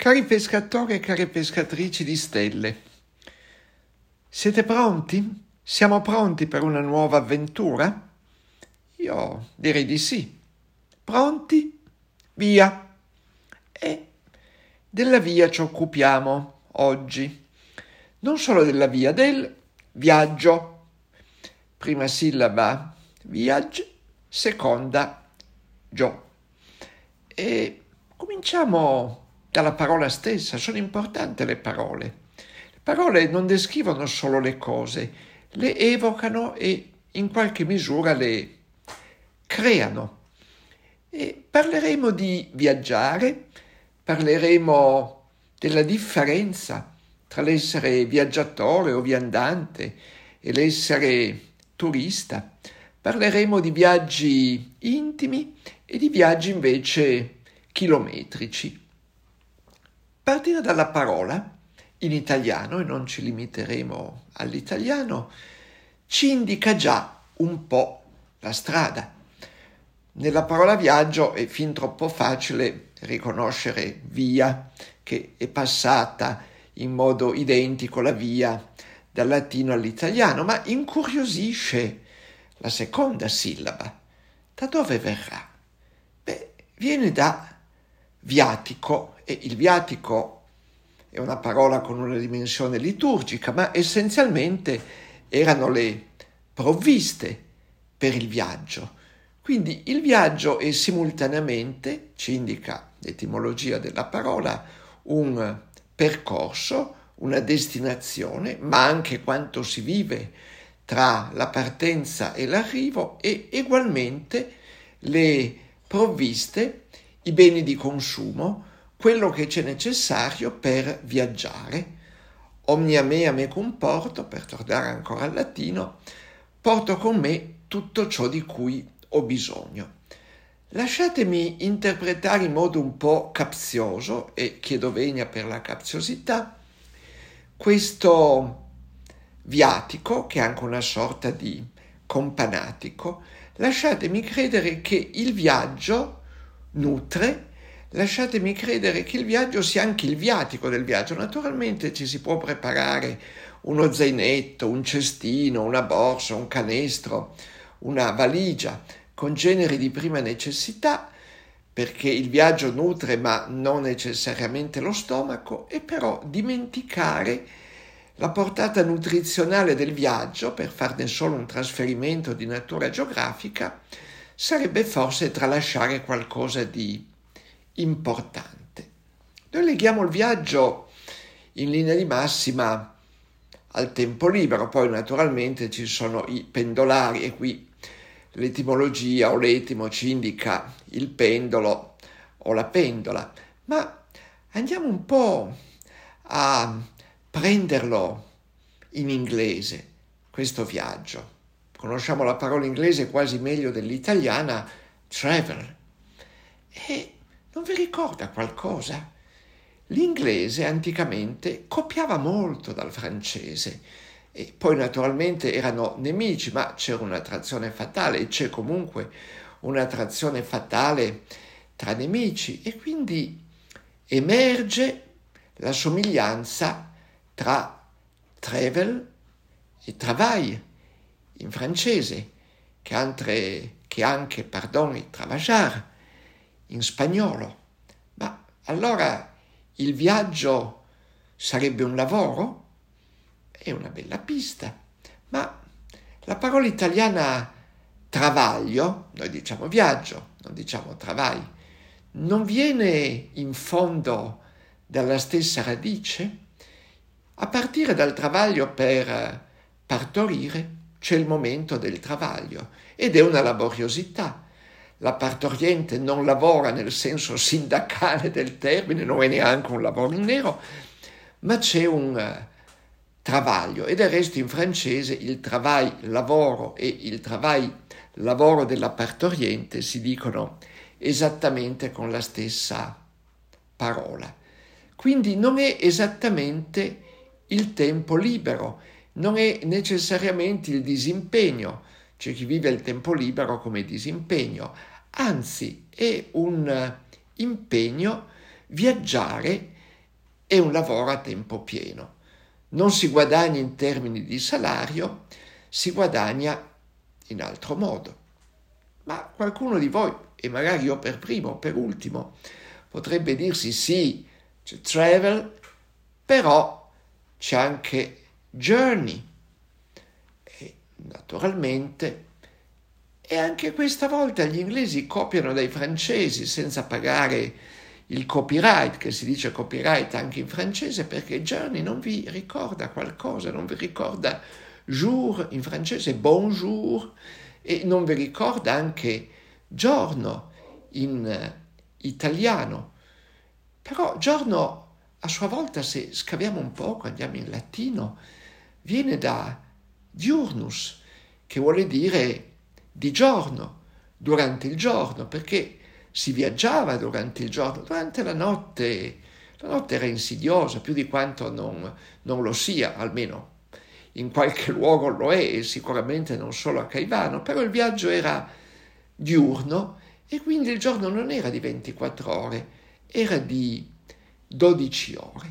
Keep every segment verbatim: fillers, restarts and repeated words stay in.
Cari pescatori e care pescatrici di stelle, siete pronti? Siamo pronti per una nuova avventura? Io direi di sì. Pronti? Via! E della via ci occupiamo oggi. Non solo della via, del viaggio. Prima sillaba viaggio, seconda gio. E cominciamo dalla parola stessa. Sono importanti le parole. Le parole non descrivono solo le cose, le evocano e in qualche misura le creano. E parleremo di viaggiare, parleremo della differenza tra l'essere viaggiatore o viandante e l'essere turista. Parleremo di viaggi intimi e di viaggi invece chilometrici. Partire dalla parola, in italiano, e non ci limiteremo all'italiano, ci indica già un po' la strada. Nella parola viaggio è fin troppo facile riconoscere via, che è passata in modo identico la via dal latino all'italiano, ma incuriosisce la seconda sillaba. Da dove verrà? Beh, viene da viatico, e il viatico è una parola con una dimensione liturgica, ma essenzialmente erano le provviste per il viaggio. Quindi il viaggio è simultaneamente, ci indica l'etimologia della parola, un percorso, una destinazione, ma anche quanto si vive tra la partenza e l'arrivo, e ugualmente le provviste, i beni di consumo, quello che c'è necessario per viaggiare. Omnia mea me comporto, per tornare ancora al latino, porto con me tutto ciò di cui ho bisogno. Lasciatemi interpretare in modo un po' capzioso, e chiedo venia per la capziosità, questo viatico, che è anche una sorta di companatico. Lasciatemi credere che il viaggio nutre, lasciatemi credere che il viaggio sia anche il viatico del viaggio. Naturalmente ci si può preparare uno zainetto, un cestino, una borsa, un canestro, una valigia con generi di prima necessità, perché il viaggio nutre ma non necessariamente lo stomaco, e però dimenticare la portata nutrizionale del viaggio per farne solo un trasferimento di natura geografica sarebbe forse tralasciare qualcosa di importante. Noi leghiamo il viaggio in linea di massima al tempo libero, poi naturalmente ci sono i pendolari, e qui l'etimologia o l'etimo ci indica il pendolo o la pendola, ma andiamo un po' a prenderlo in inglese, questo viaggio. Conosciamo la parola inglese quasi meglio dell'italiana, travel. E non vi ricorda qualcosa? L'inglese anticamente copiava molto dal francese, e poi naturalmente erano nemici, ma c'era un'attrazione fatale, e c'è comunque un'attrazione fatale tra nemici, e quindi emerge la somiglianza tra travel e travail in francese, che anche, che anche pardon, travajar in spagnolo. Ma allora il viaggio sarebbe un lavoro? È una bella pista, ma la parola italiana travaglio, noi diciamo viaggio, non diciamo travail, non viene in fondo dalla stessa radice? A partire dal travaglio per partorire c'è il momento del travaglio, ed è una laboriosità. La partoriente non lavora nel senso sindacale del termine, non è neanche un lavoro in nero, ma c'è un uh, travaglio, e del resto in francese il travail lavoro e il travail lavoro della partoriente si dicono esattamente con la stessa parola. Quindi non è esattamente il tempo libero, non è necessariamente il disimpegno. C'è chi vive il tempo libero come disimpegno, anzi è un impegno viaggiare è un lavoro a tempo pieno. Non si guadagna in termini di salario, si guadagna in altro modo. Ma qualcuno di voi, e magari io per primo o per ultimo, potrebbe dirsi sì, c'è travel, però c'è anche journey. E naturalmente, e anche questa volta gli inglesi copiano dai francesi senza pagare il copyright, che si dice copyright anche in francese, perché journey non vi ricorda qualcosa, non vi ricorda jour in francese, bonjour, e non vi ricorda anche giorno in italiano. Però giorno a sua volta, se scaviamo un poco, andiamo in latino, viene da diurnus, che vuole dire di giorno, durante il giorno, perché si viaggiava durante il giorno, durante la notte. La notte era insidiosa, più di quanto non, non lo sia, almeno in qualche luogo lo è, e sicuramente non solo a Caivano, però il viaggio era diurno e quindi il giorno non era di ventiquattro ore, era di dodici ore.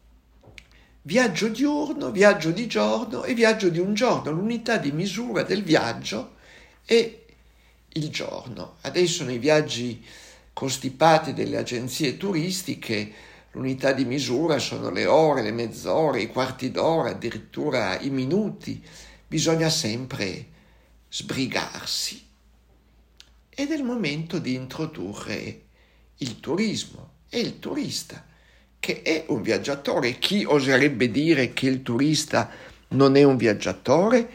Viaggio diurno, viaggio di giorno e viaggio di un giorno. L'unità di misura del viaggio è il giorno. Adesso nei viaggi costipati delle agenzie turistiche l'unità di misura sono le ore, le mezz'ore, i quarti d'ora, addirittura i minuti. Bisogna sempre sbrigarsi. Ed è il momento di introdurre il turismo e il turista, che è un viaggiatore. Chi oserebbe dire che il turista non è un viaggiatore?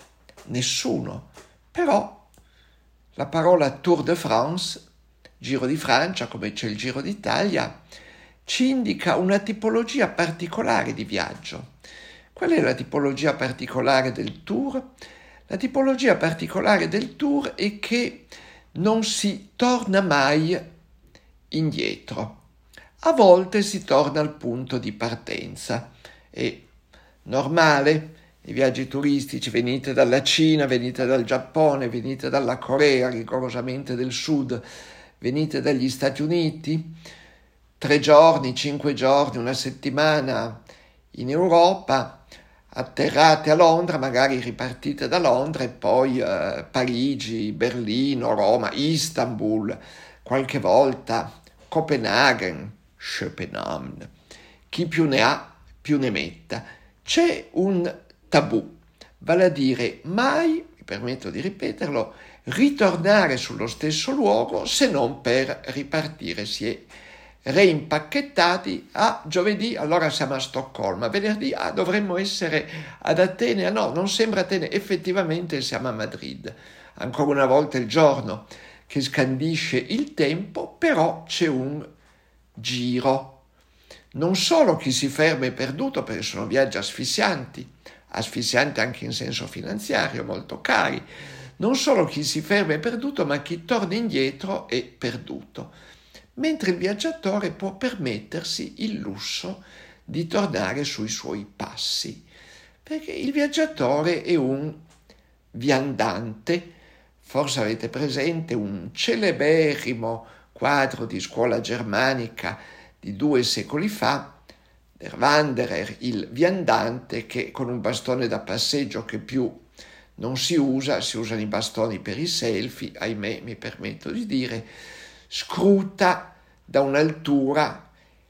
Nessuno. Però la parola Tour de France, Giro di Francia, come c'è il Giro d'Italia, ci indica una tipologia particolare di viaggio. Qual è la tipologia particolare del tour? La tipologia particolare del tour è che non si torna mai indietro. A volte si torna al punto di partenza. È normale, i viaggi turistici, venite dalla Cina, venite dal Giappone, venite dalla Corea, rigorosamente del Sud, venite dagli Stati Uniti, tre giorni, cinque giorni, una settimana in Europa, atterrate a Londra, magari ripartite da Londra e poi eh, Parigi, Berlino, Roma, Istanbul, qualche volta Copenaghen, Copenhagen. Chi più ne ha, più ne metta. C'è un tabù, vale a dire mai, mi permetto di ripeterlo, ritornare sullo stesso luogo se non per ripartire. Si è reimpacchettati a giovedì, allora siamo a Stoccolma, venerdì ah, dovremmo essere ad Atene, ah, no, non sembra Atene, effettivamente siamo a Madrid. Ancora una volta il giorno che scandisce il tempo, però c'è un giro. Non solo chi si ferma è perduto, perché sono viaggi asfissianti, asfissianti anche in senso finanziario, molto cari. Non solo chi si ferma è perduto, ma chi torna indietro è perduto. Mentre il viaggiatore può permettersi il lusso di tornare sui suoi passi, perché il viaggiatore è un viandante. Forse avete presente un celeberrimo quadro di scuola germanica di due secoli fa, Der Wanderer, il viandante, che con un bastone da passeggio che più non si usa, si usano i bastoni per i selfie, ahimè mi permetto di dire, scruta da un'altura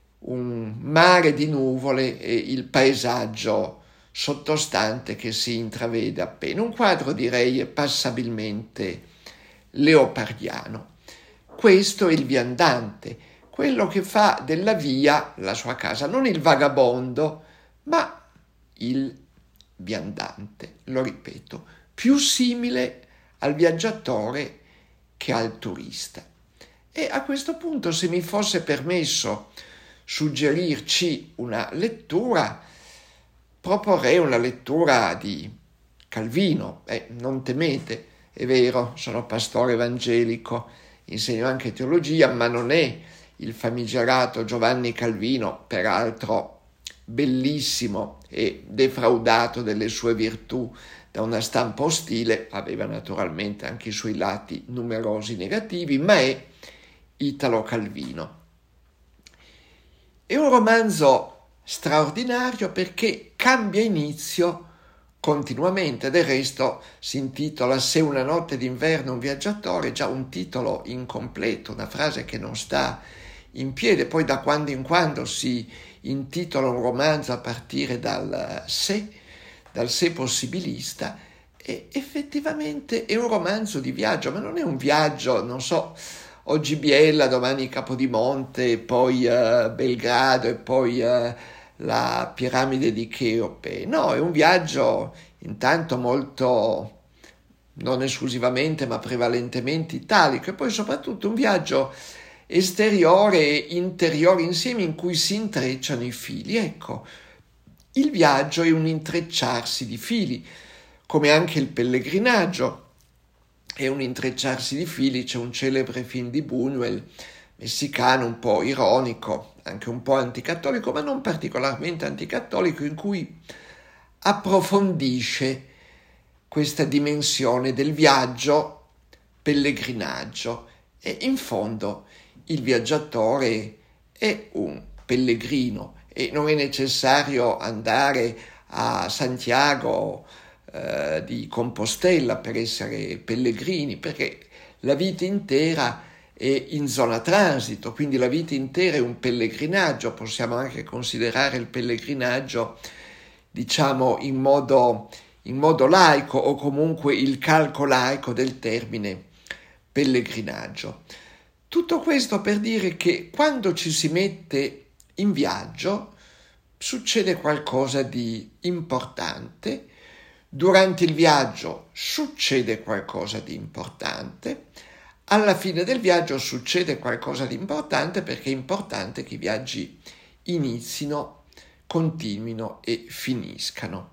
un mare di nuvole e il paesaggio sottostante che si intravede appena. Un quadro direi passabilmente leopardiano. Questo è il viandante, quello che fa della via la sua casa, non il vagabondo, ma il viandante, lo ripeto, più simile al viaggiatore che al turista. E a questo punto, se mi fosse permesso suggerirci una lettura, proporrei una lettura di Calvino. Eh, non temete, è vero, sono pastore evangelico, insegno anche teologia, ma non è il famigerato Giovanni Calvino, peraltro bellissimo e defraudato delle sue virtù da una stampa ostile, aveva naturalmente anche i suoi lati numerosi negativi, ma è Italo Calvino. È un romanzo straordinario perché cambia inizio continuamente. Del resto si intitola Se una notte d'inverno un viaggiatore, già un titolo incompleto, una frase che non sta in piedi. Poi da quando in quando si intitola un romanzo a partire dal se, dal se possibilista, e effettivamente è un romanzo di viaggio, ma non è un viaggio, non so, oggi Biella, domani Capodimonte, poi uh, Belgrado e poi uh, la piramide di Cheope. No, è un viaggio intanto molto, non esclusivamente ma prevalentemente italico, e poi soprattutto un viaggio esteriore e interiore insieme, in cui si intrecciano i fili. Ecco, il viaggio è un intrecciarsi di fili, come anche il pellegrinaggio è un intrecciarsi di fili. C'è un celebre film di Buñuel, messicano, un po' ironico, anche un po' anticattolico, ma non particolarmente anticattolico, in cui approfondisce questa dimensione del viaggio pellegrinaggio. E in fondo il viaggiatore è un pellegrino e non è necessario andare a Santiago eh, di Compostela per essere pellegrini, perché la vita intera è in zona transito, quindi la vita intera è un pellegrinaggio. Possiamo anche considerare il pellegrinaggio, diciamo, in modo, in modo laico, o comunque il calco laico del termine pellegrinaggio. Tutto questo per dire che quando ci si mette in viaggio succede qualcosa di importante. Durante il viaggio succede qualcosa di importante. Alla fine del viaggio succede qualcosa di importante, perché è importante che i viaggi inizino, continuino e finiscano.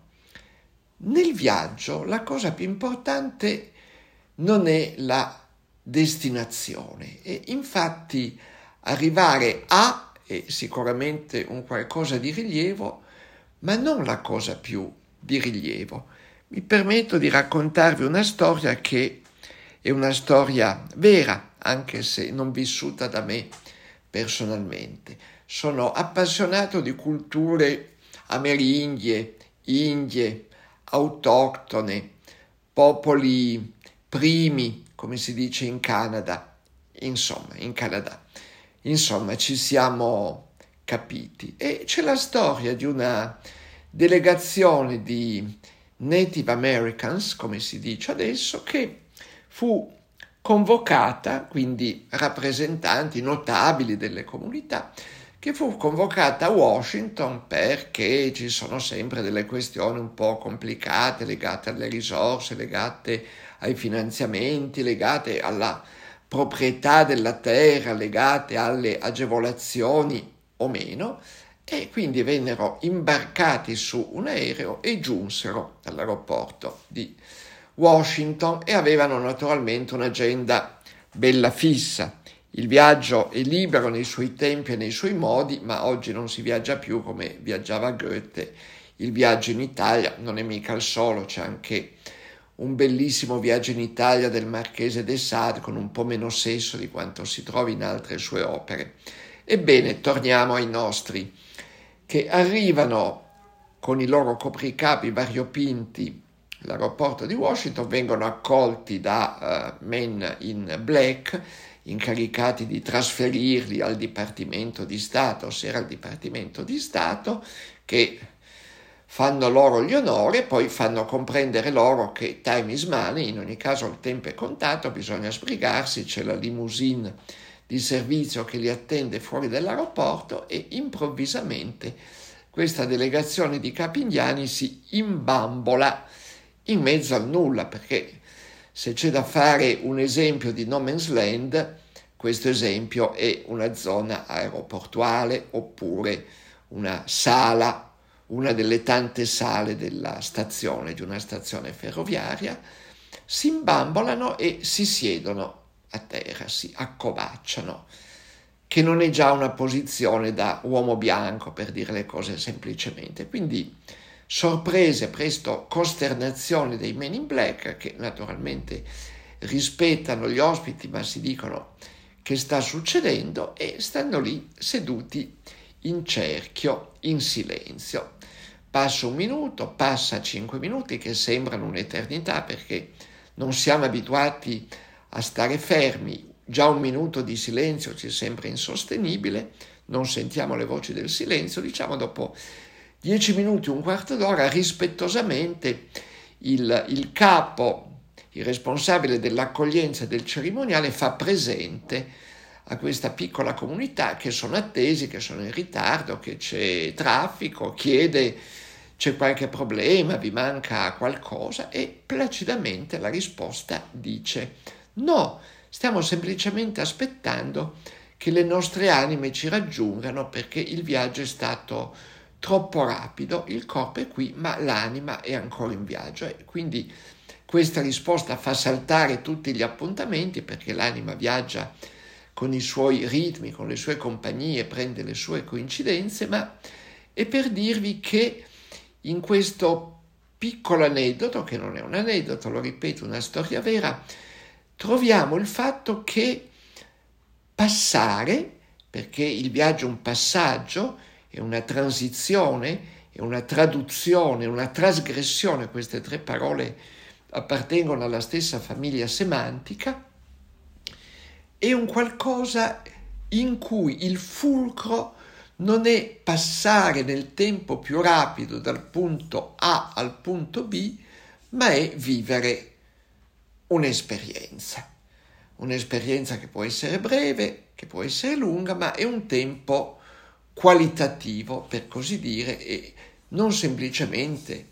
Nel viaggio la cosa più importante non è la destinazione, e infatti arrivare a è sicuramente un qualcosa di rilievo, ma non la cosa più di rilievo. Mi permetto di raccontarvi una storia che è una storia vera, anche se non vissuta da me personalmente. Sono appassionato di culture amerindiche, indie, autoctone, popoli primi, come si dice in Canada, insomma, in Canada. Insomma, ci siamo capiti. E c'è la storia di una delegazione di Native Americans, come si dice adesso, che fu convocata, quindi rappresentanti notabili delle comunità, che fu convocata a Washington perché ci sono sempre delle questioni un po' complicate legate alle risorse, legate ai finanziamenti, legate alla proprietà della terra, legate alle agevolazioni o meno, e quindi vennero imbarcati su un aereo e giunsero all'aeroporto di Washington e avevano naturalmente un'agenda bella fissa. Il viaggio è libero nei suoi tempi e nei suoi modi, ma oggi non si viaggia più come viaggiava Goethe. Il viaggio in Italia non è mica il solo, c'è anche un bellissimo viaggio in Italia del Marchese de Sade, con un po' meno sesso di quanto si trovi in altre sue opere. Ebbene, torniamo ai nostri, che arrivano con i loro copricapi variopinti all'aeroporto di Washington, vengono accolti da uh, men in black, incaricati di trasferirli al Dipartimento di Stato, se era il Dipartimento di Stato, che fanno loro gli onori e poi fanno comprendere loro che time is money, in ogni caso il tempo è contato, bisogna sbrigarsi, c'è la limousine di servizio che li attende fuori dall'aeroporto, e improvvisamente questa delegazione di capi indiani si imbambola in mezzo al nulla, perché se c'è da fare un esempio di no man's land, questo esempio è una zona aeroportuale oppure una sala, una delle tante sale della stazione, di una stazione ferroviaria. Si imbambolano e si siedono a terra, si accovacciano, che non è già una posizione da uomo bianco, per dire le cose semplicemente. Quindi sorprese, presto costernazione dei Men in Black, che naturalmente rispettano gli ospiti ma si dicono che sta succedendo, e stanno lì seduti in cerchio, in silenzio. Passa un minuto, passa cinque minuti che sembrano un'eternità perché non siamo abituati a stare fermi. Già un minuto di silenzio ci sembra insostenibile, non sentiamo le voci del silenzio, diciamo dopo dieci minuti, un quarto d'ora, rispettosamente il, il capo, il responsabile dell'accoglienza del cerimoniale fa presente a questa piccola comunità che sono attesi, che sono in ritardo, che c'è traffico, chiede c'è qualche problema, vi manca qualcosa e placidamente la risposta dice no, stiamo semplicemente aspettando che le nostre anime ci raggiungano perché il viaggio è stato troppo rapido, il corpo è qui ma l'anima è ancora in viaggio e quindi questa risposta fa saltare tutti gli appuntamenti perché l'anima viaggia con i suoi ritmi, con le sue compagnie, prende le sue coincidenze, ma è per dirvi che in questo piccolo aneddoto, che non è un aneddoto, lo ripeto, una storia vera, troviamo il fatto che passare, perché il viaggio è un passaggio, è una transizione, è una traduzione, una trasgressione, queste tre parole appartengono alla stessa famiglia semantica, è un qualcosa in cui il fulcro non è passare nel tempo più rapido dal punto A al punto B, ma è vivere un'esperienza. Un'esperienza che può essere breve, che può essere lunga, ma è un tempo qualitativo, per così dire, e non semplicemente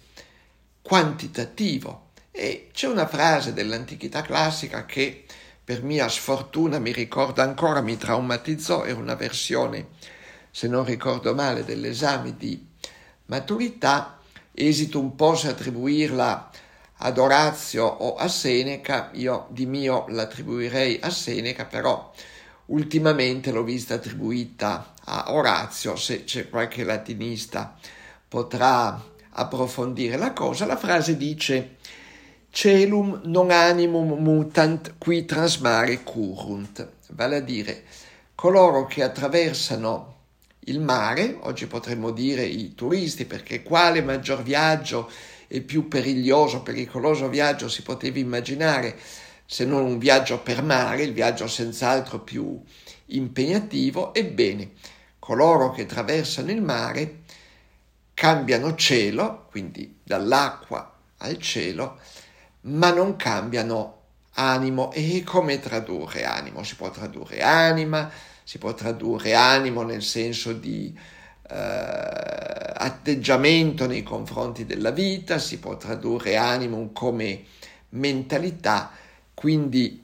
quantitativo. E c'è una frase dell'antichità classica che per mia sfortuna mi ricorda ancora, mi traumatizzò, era una versione, se non ricordo male, dell'esame di maturità, esito un po' se attribuirla ad Orazio o a Seneca, io di mio l'attribuirei a Seneca, però ultimamente l'ho vista attribuita a Orazio, se c'è qualche latinista potrà approfondire la cosa. La frase dice: celum non animum mutant qui trans mare currunt, vale a dire coloro che attraversano il mare, oggi potremmo dire i turisti, perché quale maggior viaggio e più periglioso, pericoloso viaggio si poteva immaginare se non un viaggio per mare, il viaggio senz'altro più impegnativo. Ebbene, coloro che attraversano il mare cambiano cielo, quindi dall'acqua al cielo, ma non cambiano animo. E come tradurre animo? Si può tradurre anima, si può tradurre animo nel senso di eh, atteggiamento nei confronti della vita, si può tradurre animo come mentalità, quindi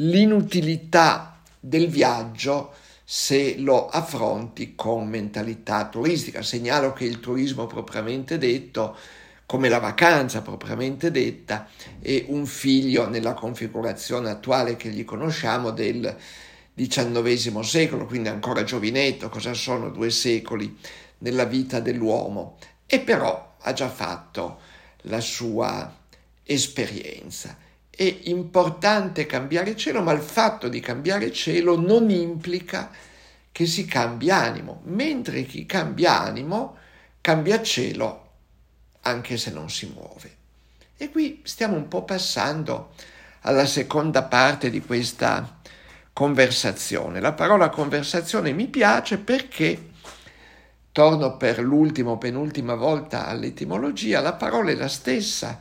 l'inutilità del viaggio se lo affronti con mentalità turistica. Segnalo che il turismo propriamente detto, come la vacanza propriamente detta, è un figlio nella configurazione attuale che gli conosciamo del diciannovesimo secolo, quindi ancora giovinetto. Cosa sono due secoli nella vita dell'uomo? E però ha già fatto la sua esperienza. È importante cambiare cielo, ma il fatto di cambiare cielo non implica che si cambi animo, mentre chi cambia animo cambia cielo anche se non si muove. E qui stiamo un po' passando alla seconda parte di questa conversazione. La parola conversazione mi piace perché, torno per l'ultima o penultima volta all'etimologia, la parola è la stessa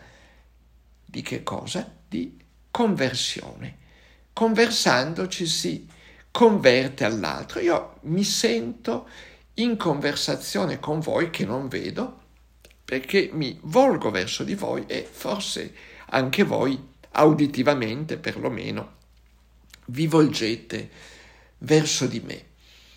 di che cosa? Di conversione. Conversando ci si converte all'altro. Io mi sento in conversazione con voi che non vedo, perché mi volgo verso di voi e forse anche voi auditivamente perlomeno vi volgete verso di me.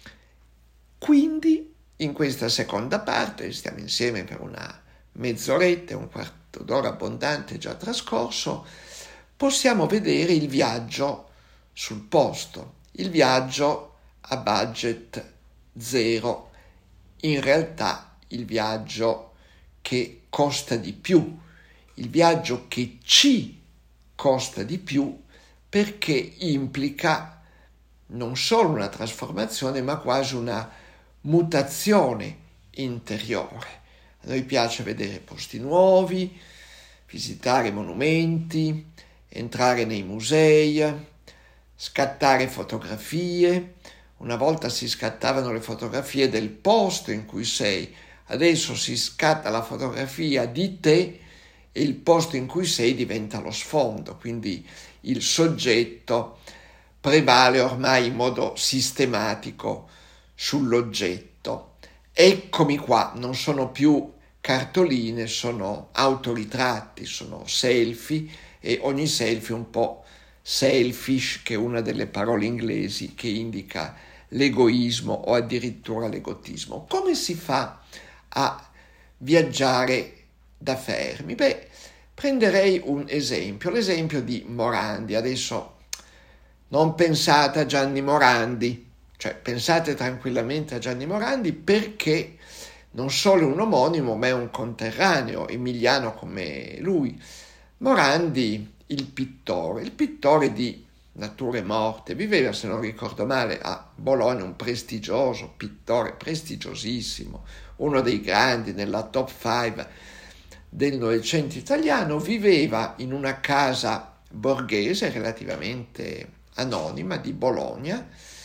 Quindi in questa seconda parte, stiamo insieme per una mezz'oretta, un quarto d'ora abbondante già trascorso, possiamo vedere il viaggio sul posto, il viaggio a budget zero, in realtà il viaggio che costa di più, il viaggio che ci costa di più perché implica non solo una trasformazione ma quasi una mutazione interiore. A noi piace vedere posti nuovi, visitare monumenti, entrare nei musei, scattare fotografie. Una volta si scattavano le fotografie del posto in cui sei, adesso si scatta la fotografia di te e il posto in cui sei diventa lo sfondo, quindi il soggetto prevale ormai in modo sistematico sull'oggetto. Eccomi qua, non sono più cartoline, sono autoritratti, sono selfie, e ogni selfie un po' selfish, che è una delle parole inglesi che indica l'egoismo o addirittura l'egotismo. Come si fa a viaggiare da fermi? Beh, prenderei un esempio, l'esempio di Morandi. Adesso non pensate a Gianni Morandi, cioè pensate tranquillamente a Gianni Morandi, perché non solo è un omonimo, ma è un conterraneo emiliano come lui. Morandi, il pittore, il pittore di nature morte, viveva, se non ricordo male, a Bologna, un prestigioso pittore, prestigiosissimo, uno dei grandi nella top cinque del Novecento italiano, viveva in una casa borghese relativamente anonima di Bologna,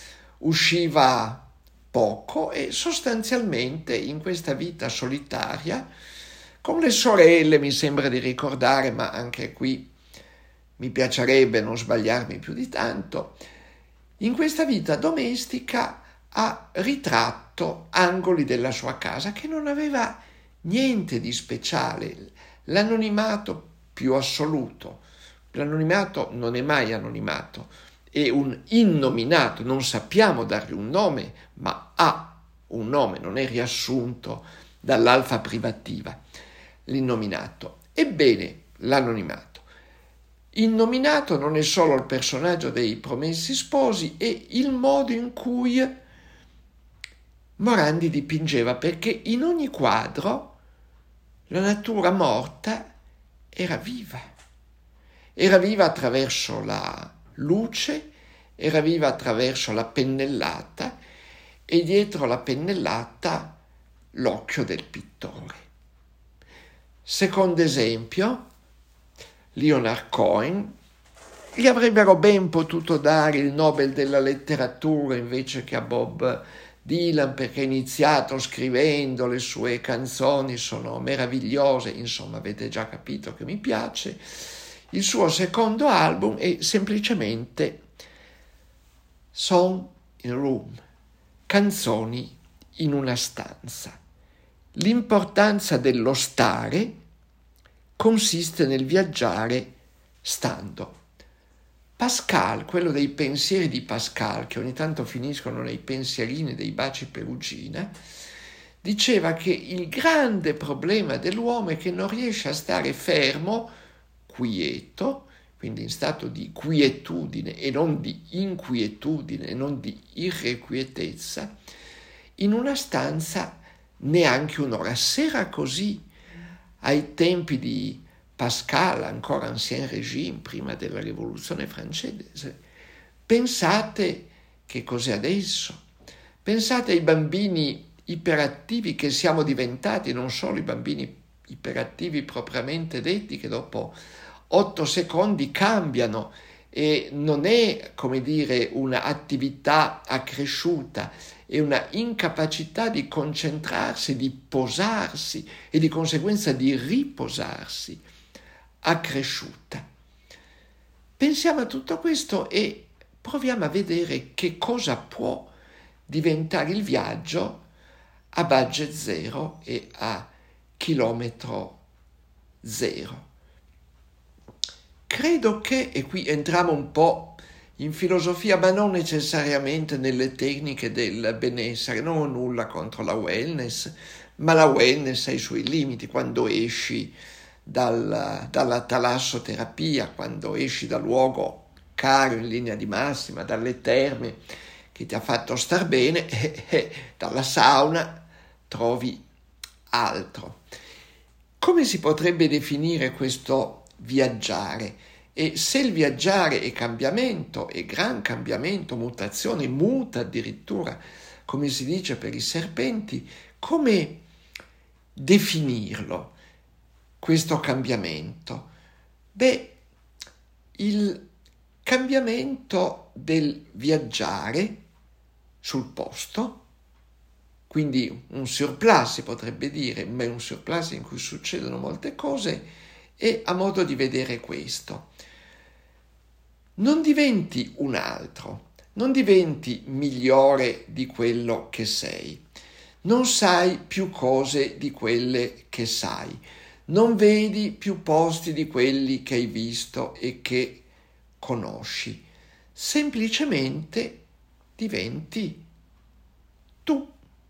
usciva poco e sostanzialmente in questa vita solitaria, con le sorelle, mi sembra di ricordare, ma anche qui mi piacerebbe non sbagliarmi più di tanto, in questa vita domestica ha ritratto angoli della sua casa che non aveva niente di speciale, l'anonimato più assoluto. L'anonimato non è mai anonimato, è un innominato, non sappiamo dargli un nome, ma ha un nome, non è riassunto dall'alfa privativa, l'innominato. Ebbene, l'anonimato. Innominato non è solo il personaggio dei Promessi Sposi, è il modo in cui Morandi dipingeva, perché in ogni quadro la natura morta era viva. Era viva attraverso la luce, era viva attraverso la pennellata e dietro la pennellata l'occhio del pittore. Secondo esempio, Leonard Cohen. Gli avrebbero ben potuto dare il Nobel della letteratura invece che a Bob Dylan, perché ha iniziato scrivendo, le sue canzoni sono meravigliose, insomma avete già capito che mi piace. Il suo secondo album è semplicemente Song in a Room, canzoni in una stanza. L'importanza dello stare consiste nel viaggiare stando. Pascal, quello dei pensieri di Pascal, che ogni tanto finiscono nei pensierini dei baci perugina, diceva che il grande problema dell'uomo è che non riesce a stare fermo, quieto, quindi in stato di quietudine e non di inquietudine, non di irrequietezza, in una stanza neanche un'ora. Se era così ai tempi di Pascal, ancora Ancien Régime, prima della Rivoluzione francese, pensate che cos'è adesso. Pensate ai bambini iperattivi che siamo diventati, non solo i bambini iperattivi propriamente detti, che dopo otto secondi cambiano e non è, come dire, un'attività accresciuta, è una incapacità di concentrarsi, di posarsi e di conseguenza di riposarsi accresciuta. Pensiamo a tutto questo e proviamo a vedere che cosa può diventare il viaggio a budget zero e a chilometro zero. Credo che, e qui entriamo un po' in filosofia, ma non necessariamente nelle tecniche del benessere, non ho nulla contro la wellness, ma la wellness ha i suoi limiti. Quando esci dal, dalla talassoterapia, quando esci dal luogo caro in linea di massima, dalle terme che ti ha fatto star bene, e, e dalla sauna trovi altro. Come si potrebbe definire questo viaggiare? E se il viaggiare è cambiamento, è gran cambiamento, mutazione, muta addirittura, come si dice per i serpenti, come definirlo, questo cambiamento? Beh, il cambiamento del viaggiare sul posto, quindi un surplus si potrebbe dire, ma è un surplus in cui succedono molte cose, e a modo di vedere questo. Non diventi un altro, non diventi migliore di quello che sei, non sai più cose di quelle che sai, non vedi più posti di quelli che hai visto e che conosci, semplicemente diventi tu.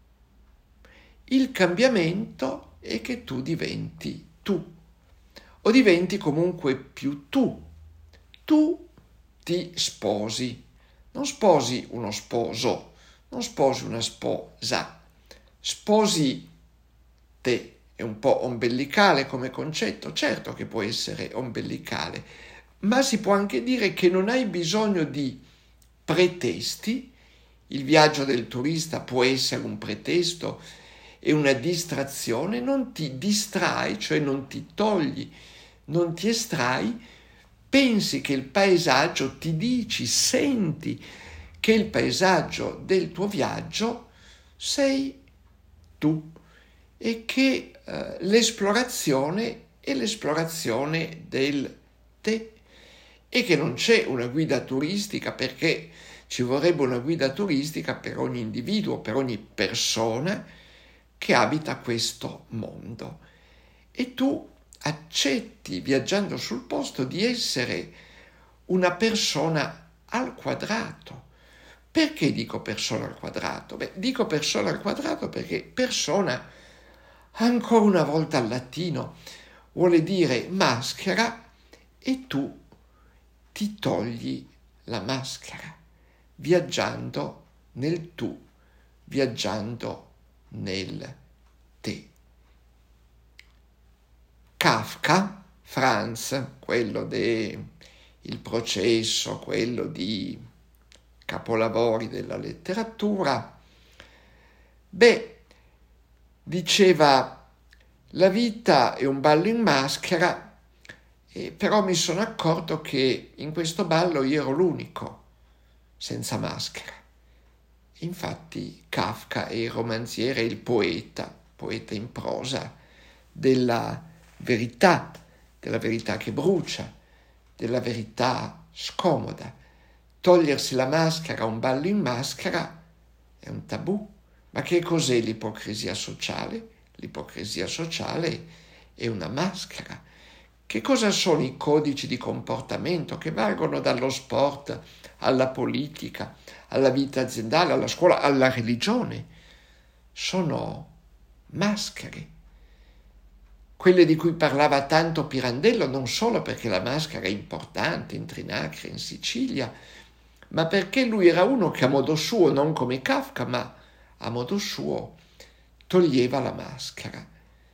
Il cambiamento è che tu diventi tu, o diventi comunque più tu. Tu ti sposi, non sposi uno sposo, non sposi una sposa, sposi te. È un po' ombelicale come concetto, certo che può essere ombelicale, ma si può anche dire che non hai bisogno di pretesti. Il viaggio del turista può essere un pretesto e una distrazione, non ti distrai, cioè non ti togli, non ti estrai, pensi che il paesaggio, ti dici, senti che il paesaggio del tuo viaggio sei tu e che eh, l'esplorazione è l'esplorazione del te e che non c'è una guida turistica, perché ci vorrebbe una guida turistica per ogni individuo, per ogni persona che abita questo mondo, e tu accetti, viaggiando sul posto, di essere una persona al quadrato. Perché dico persona al quadrato? Beh, dico persona al quadrato perché persona, ancora una volta al latino, vuole dire maschera, e tu ti togli la maschera, viaggiando nel tu, viaggiando nel te. Kafka, Franz, quello del processo, quello di capolavori della letteratura, beh, diceva: la vita è un ballo in maschera, eh, però mi sono accorto che in questo ballo io ero l'unico senza maschera. Infatti Kafka è il romanziere, il poeta, poeta in prosa, della verità, della verità che brucia, della verità scomoda. Togliersi la maschera, un ballo in maschera, è un tabù. Ma che cos'è l'ipocrisia sociale? L'ipocrisia sociale è una maschera. Che cosa sono i codici di comportamento che valgono dallo sport alla politica, alla vita aziendale, alla scuola, alla religione? Sono maschere. Quelle di cui parlava tanto Pirandello, non solo perché la maschera è importante in Trinacria, in Sicilia, ma perché lui era uno che a modo suo, non come Kafka, ma a modo suo, toglieva la maschera.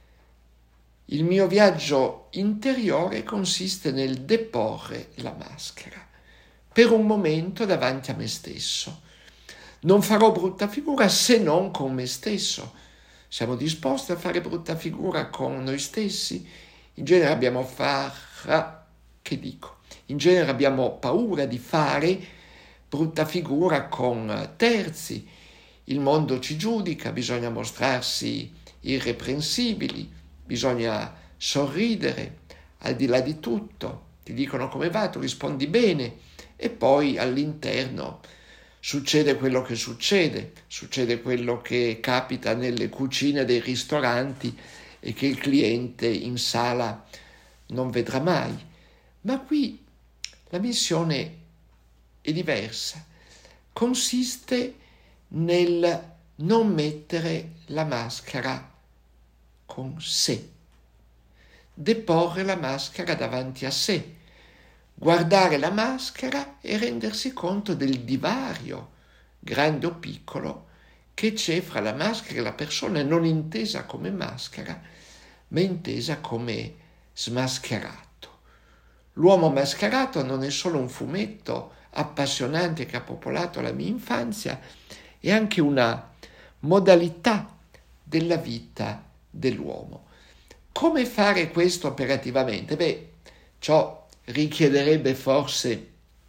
Il mio viaggio interiore consiste nel deporre la maschera per un momento davanti a me stesso. Non farò brutta figura se non con me stesso. Siamo disposti a fare brutta figura con noi stessi? In genere abbiamo fa... che dico? In genere abbiamo paura di fare brutta figura con terzi. Il mondo ci giudica, bisogna mostrarsi irreprensibili, bisogna sorridere al di là di tutto. Ti dicono come va, tu rispondi bene, e poi all'interno succede quello che succede, succede quello che capita nelle cucine dei ristoranti e che il cliente in sala non vedrà mai. Ma qui la missione è diversa, consiste nel non mettere la maschera con sé, deporre la maschera davanti a sé, guardare la maschera e rendersi conto del divario, grande o piccolo, che c'è fra la maschera e la persona, non intesa come maschera, ma intesa come smascherato. L'uomo mascherato non è solo un fumetto appassionante che ha popolato la mia infanzia, è anche una modalità della vita dell'uomo. Come fare questo operativamente? Beh, ciò richiederebbe forse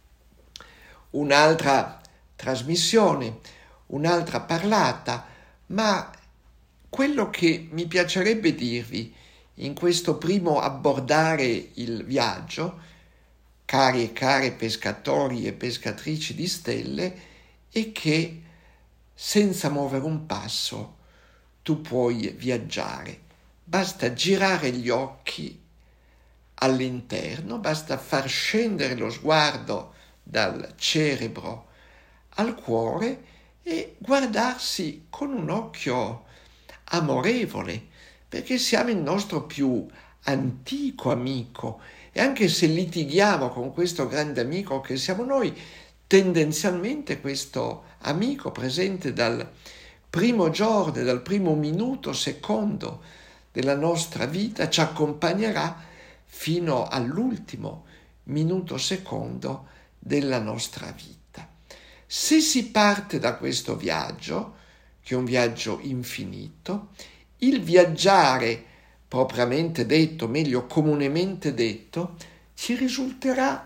un'altra trasmissione, un'altra parlata, ma quello che mi piacerebbe dirvi in questo primo abbordare il viaggio, cari e care pescatori e pescatrici di stelle, è che senza muovere un passo tu puoi viaggiare. Basta girare gli occhi all'interno, basta far scendere lo sguardo dal cerebro al cuore e guardarsi con un occhio amorevole, perché siamo il nostro più antico amico e anche se litighiamo con questo grande amico che siamo noi, tendenzialmente questo amico presente dal primo giorno, dal primo minuto, secondo della nostra vita ci accompagnerà fino all'ultimo minuto, secondo della nostra vita. Se si parte da questo viaggio, che è un viaggio infinito, il viaggiare propriamente detto, meglio comunemente detto, ci risulterà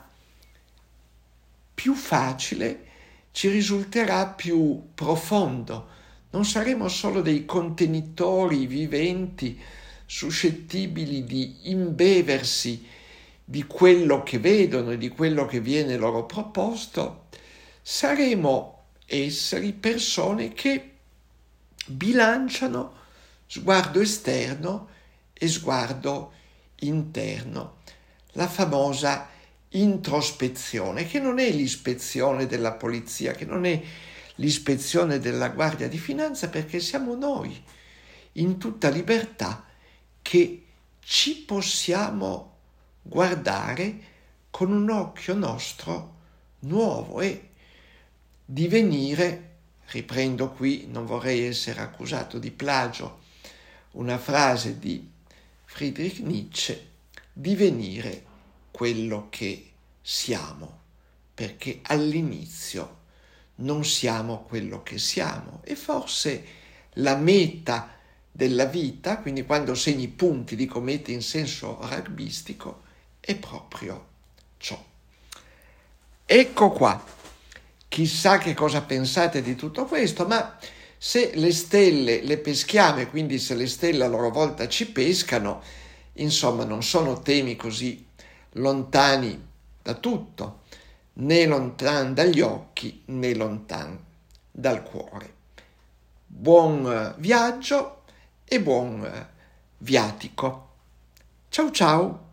più facile, ci risulterà più profondo. Non saremo solo dei contenitori viventi suscettibili di imbeversi di quello che vedono e di quello che viene loro proposto, saremo esseri, persone che bilanciano sguardo esterno e sguardo interno. La famosa introspezione, che non è l'ispezione della polizia, che non è l'ispezione della Guardia di Finanza, perché siamo noi, in tutta libertà, che ci possiamo guardare con un occhio nostro nuovo e divenire, riprendo qui, non vorrei essere accusato di plagio, una frase di Friedrich Nietzsche, divenire quello che siamo, perché all'inizio non siamo quello che siamo e forse la meta della vita, quindi quando segni punti, dico meta in senso rugbyistico, è proprio ciò. Ecco qua, chissà che cosa pensate di tutto questo, ma se le stelle le peschiamo e quindi se le stelle a loro volta ci pescano, insomma non sono temi così lontani da tutto, né lontani dagli occhi né lontani dal cuore. Buon viaggio e buon viatico. Ciao ciao!